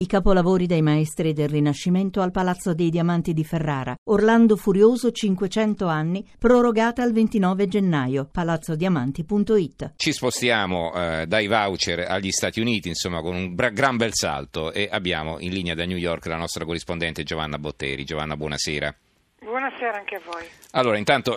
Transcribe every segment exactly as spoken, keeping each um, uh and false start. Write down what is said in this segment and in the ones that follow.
I capolavori dei maestri del Rinascimento al Palazzo dei Diamanti di Ferrara. Orlando Furioso, cinquecento anni, prorogata al ventinove gennaio. palazzo diamanti punto it. Ci spostiamo eh, dai voucher agli Stati Uniti, insomma, con un bra- gran bel salto, e abbiamo in linea da New York la nostra corrispondente Giovanna Botteri. Giovanna, buonasera. Buonasera anche a voi. Allora, intanto,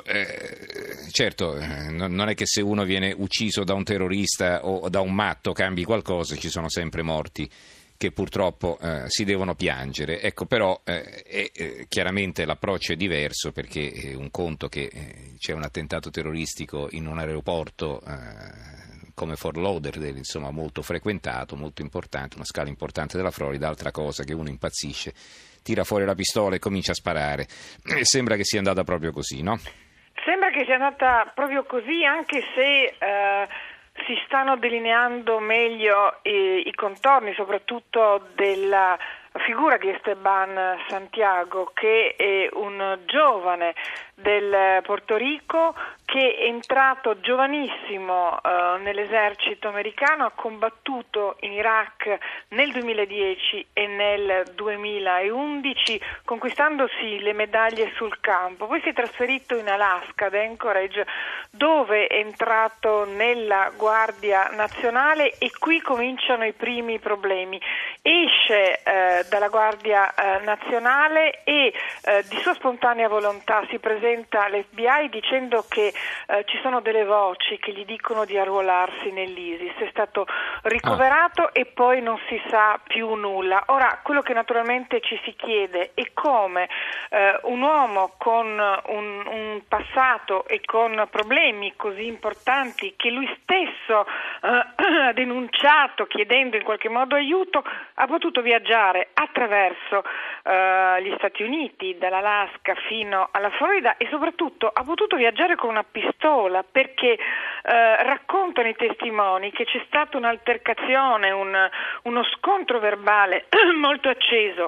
eh, certo, eh, non è che se uno viene ucciso da un terrorista o da un matto cambi qualcosa, ci sono sempre morti che purtroppo eh, si devono piangere. Ecco, però eh, è, eh, chiaramente l'approccio è diverso, perché è un conto che eh, c'è un attentato terroristico in un aeroporto eh, come Fort Lauderdale, insomma, molto frequentato, molto importante, una scala importante della Florida. Altra cosa che uno impazzisce, tira fuori la pistola e comincia a sparare. E sembra che sia andata proprio così, no? Sembra che sia andata proprio così, anche se eh, si stanno delineando meglio eh, i contorni, soprattutto della figura di Esteban Santiago, che è un giovane del Porto Rico che è entrato giovanissimo eh, nell'esercito americano, ha combattuto in Iraq nel duemiladieci e nel duemilaundici, conquistandosi le medaglie sul campo. Poi si è trasferito in Alaska, ad Anchorage, dove è entrato nella Guardia Nazionale, e qui cominciano i primi problemi. Esce eh, dalla Guardia eh, Nazionale e eh, di sua spontanea volontà si presenta all'F B I dicendo che eh, ci sono delle voci che gli dicono di arruolarsi nell'ISIS. È stato ricoverato ah. e poi non si sa più nulla. Ora, quello che naturalmente ci si chiede è come eh, un uomo con un, un passato e con problemi così importanti, che lui stesso eh, ha denunciato chiedendo in qualche modo aiuto, ha potuto viaggiare attraverso uh, gli Stati Uniti, dall'Alaska fino alla Florida, e soprattutto ha potuto viaggiare con una pistola, perché uh, raccontano i testimoni che c'è stata un'altercazione, un, uno scontro verbale molto acceso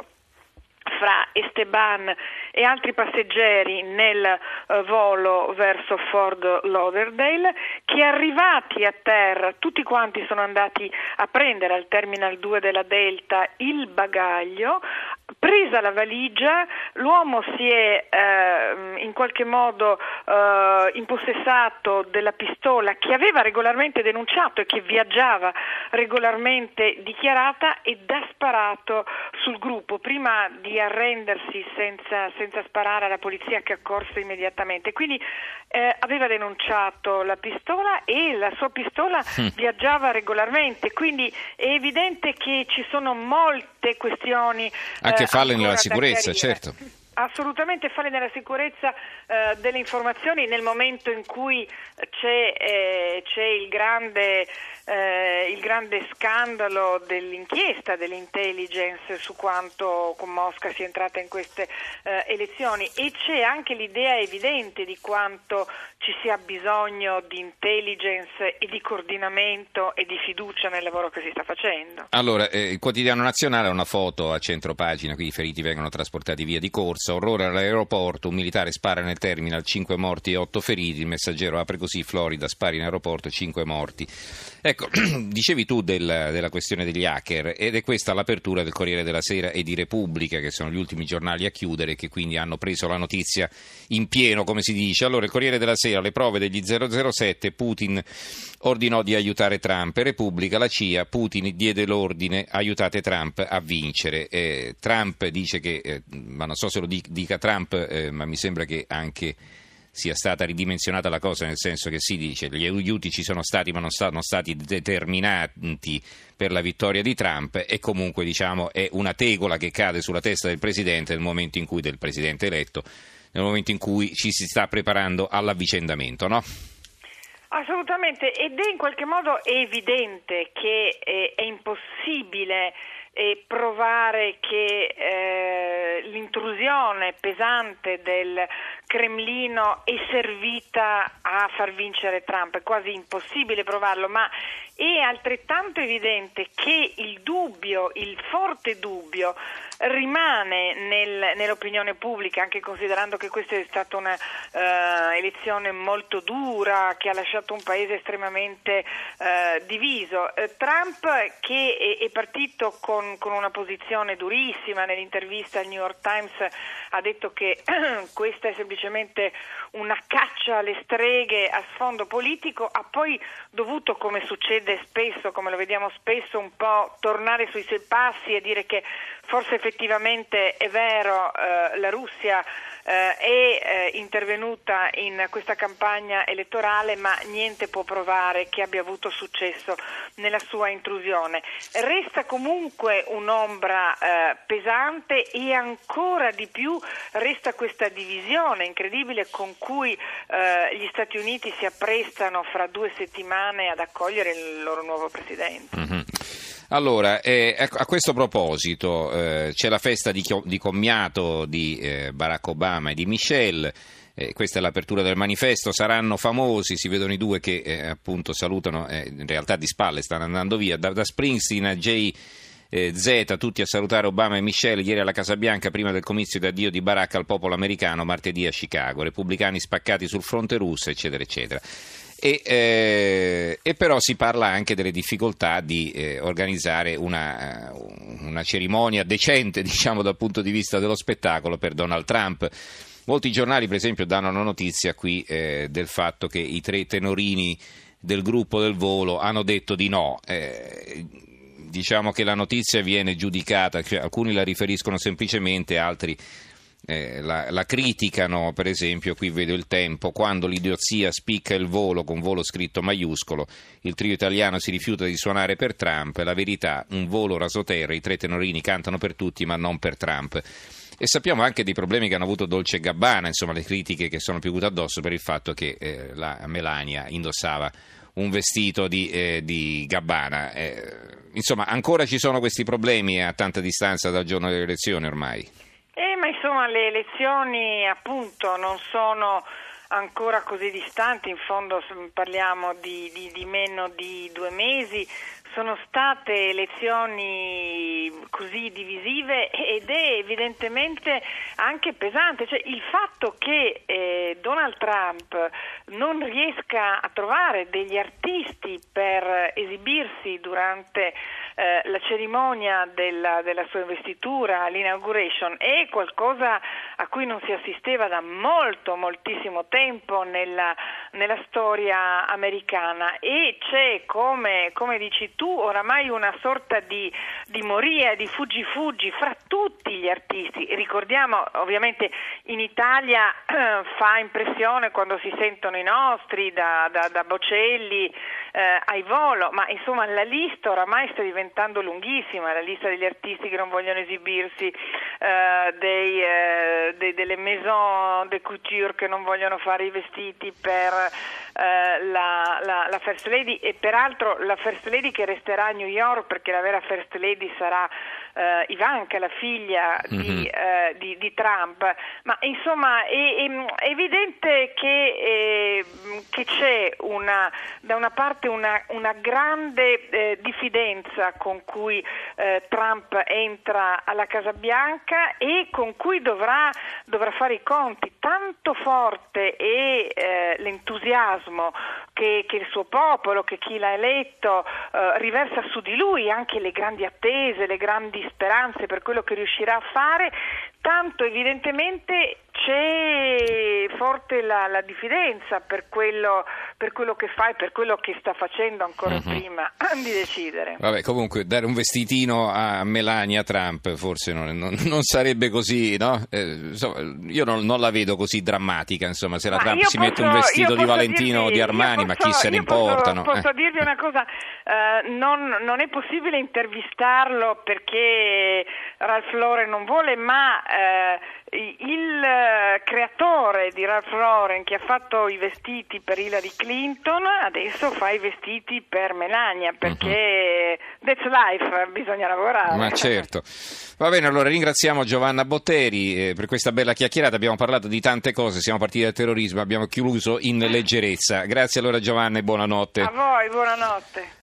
fra Esteban e altri passeggeri nel uh, volo verso Fort Lauderdale, che arrivati a terra tutti quanti sono andati a prendere al Terminal due della Delta il bagaglio. Presa la valigia, l'uomo si è eh, in qualche modo eh, impossessato della pistola che aveva regolarmente denunciato e che viaggiava regolarmente dichiarata, ed ha sparato sul gruppo prima di arrendersi senza, senza sparare alla polizia, che è accorsa immediatamente. Quindi eh, aveva denunciato la pistola e la sua pistola mm. viaggiava regolarmente, quindi è evidente che ci sono molte questioni eh, anche falle nella sicurezza, certo. Assolutamente falle nella sicurezza eh, delle informazioni, nel momento in cui c'è, eh, c'è il grande eh, il grande scandalo dell'inchiesta dell'intelligence su quanto con Mosca sia entrata in queste eh, elezioni, e c'è anche l'idea evidente di quanto ci sia bisogno di intelligence e di coordinamento e di fiducia nel lavoro che si sta facendo. Allora, eh, il Quotidiano Nazionale ha una foto a centropagina, qui i feriti vengono trasportati via di corsa, orrore all'aeroporto, un militare spara nel terminal, cinque morti e otto feriti, il Messaggero apre così: Florida, spari in aeroporto, cinque morti. Ecco, dicevi tu del, della questione degli hacker, ed è questa l'apertura del Corriere della Sera e di Repubblica, che sono gli ultimi giornali a chiudere, che quindi hanno preso la notizia in pieno, come si dice. Allora, il Corriere della Sera: le prove degli zero zero sette, Putin ordinò di aiutare Trump. Repubblica: la C I A, Putin diede l'ordine, aiutate Trump a vincere. Eh, Trump dice che, eh, ma non so se lo dica Trump, eh, ma mi sembra che anche sia stata ridimensionata la cosa, nel senso che si dice gli aiuti ci sono stati, ma non sono stati determinanti per la vittoria di Trump, e comunque, diciamo, è una tegola che cade sulla testa del presidente nel momento in cui del presidente eletto nel momento in cui ci si sta preparando all'avvicendamento, no? Assolutamente, ed è in qualche modo evidente che è, è impossibile e provare che eh, l'intrusione pesante del Cremlino è servita a far vincere Trump, è quasi impossibile provarlo, ma è altrettanto evidente che il dubbio, il forte dubbio rimane nel, nell'opinione pubblica, anche considerando che questa è stata una uh, elezione molto dura che ha lasciato un paese estremamente uh, diviso. Uh, Trump, che è, è partito con, con una posizione durissima, nell'intervista al New York Times ha detto che questa è semplicemente una caccia alle streghe a sfondo politico, ha poi dovuto, come succede spesso, come lo vediamo spesso, un po' tornare sui suoi passi e dire che forse effettivamente è vero, eh, la Russia eh, è eh, intervenuta in questa campagna elettorale, ma niente può provare che abbia avuto successo nella sua intrusione. Resta comunque un'ombra eh, pesante e ancora di più resta questa divisione incredibile con cui eh, gli Stati Uniti si apprestano fra due settimane ad accogliere il loro nuovo presidente. Mm-hmm. Allora, eh, a questo proposito eh, c'è la festa di, di commiato di eh, Barack Obama e di Michelle. Eh, questa è l'apertura del manifesto, saranno famosi, si vedono i due che eh, appunto salutano, eh, in realtà di spalle stanno andando via, da, da Springsteen a Jay eh, Z, tutti a salutare Obama e Michelle ieri alla Casa Bianca prima del comizio d'addio di Barack al popolo americano martedì a Chicago, repubblicani spaccati sul fronte russo, eccetera eccetera. E, eh, e però si parla anche delle difficoltà di eh, organizzare una, una cerimonia decente, diciamo, dal punto di vista dello spettacolo per Donald Trump. Molti giornali, per esempio, danno la notizia qui eh, del fatto che i tre tenorini del gruppo del volo hanno detto di no. Eh, diciamo che la notizia viene giudicata, cioè, alcuni la riferiscono semplicemente, altri Eh, la, la criticano. Per esempio, qui vedo il Tempo: quando l'idiozia spicca il volo con volo scritto maiuscolo, il trio italiano si rifiuta di suonare per Trump, la Verità: un volo rasoterra, i tre tenorini cantano per tutti ma non per Trump. E sappiamo anche dei problemi che hanno avuto Dolce e Gabbana, insomma le critiche che sono piovute addosso per il fatto che eh, la Melania indossava un vestito di, eh, di Gabbana. Eh, insomma, ancora ci sono questi problemi a tanta distanza dal giorno delle elezioni ormai. Eh, ma insomma le elezioni appunto non sono ancora così distanti, in fondo parliamo di, di, di meno di due mesi, sono state elezioni così divisive ed è evidentemente anche pesante, cioè il fatto che eh, Donald Trump non riesca a trovare degli artisti per esibirsi durante eh, la cerimonia della, della sua investitura, l'inauguration, è qualcosa a cui non si assisteva da molto, moltissimo tempo nella, nella storia americana, e c'è, come, come dici tu, oramai una sorta di, di moria, di fuggi-fuggi fra tutti gli artisti. Ricordiamo, ovviamente in Italia eh, fa impressione quando si sentono i nostri, da, da, da Bocelli eh, ai Volo, ma insomma la lista oramai sta diventando lunghissima, la lista degli artisti che non vogliono esibirsi, eh, dei, eh, dei, delle maison de couture che non vogliono fare i vestiti per eh, la, la, la First Lady, e peraltro la First Lady che resterà a New York, perché la vera First Lady sarà eh, Ivanka, la figlia mm-hmm. di, eh, di, di Trump. Ma insomma è, è evidente che, eh, che c'è una, da una parte una, una grande eh, diffidenza con cui eh, Trump entra alla Casa Bianca e con cui dovrà, dovrà fare i conti. Tanto forte è eh, l'entusiasmo che, che il suo popolo, che chi l'ha eletto eh, riversa su di lui, anche le grandi attese, le grandi speranze per quello che riuscirà a fare, tanto evidentemente c'è forte la, la diffidenza per quello, per quello che fa e per quello che sta facendo ancora mm-hmm. prima di decidere. Vabbè, comunque dare un vestitino a Melania Trump forse non, non, non sarebbe così, no? Eh, insomma, io non, non la vedo così drammatica, insomma, se la ma Trump si posso, mette un vestito di Valentino o di Armani, posso, ma chi se ne importa? Posso, posso eh. dirvi una cosa, uh, non, non è possibile intervistarlo perché Ralph Lauren non vuole, ma uh, il creatore di Ralph Lauren, che ha fatto i vestiti per Hillary Clinton, adesso fa i vestiti per Melania, perché uh-huh. that's life, bisogna lavorare. Ma certo. Va bene, allora ringraziamo Giovanna Botteri eh, per questa bella chiacchierata. Abbiamo parlato di tante cose, siamo partiti dal terrorismo, abbiamo chiuso in leggerezza. Grazie allora Giovanna e buonanotte. A voi, buonanotte.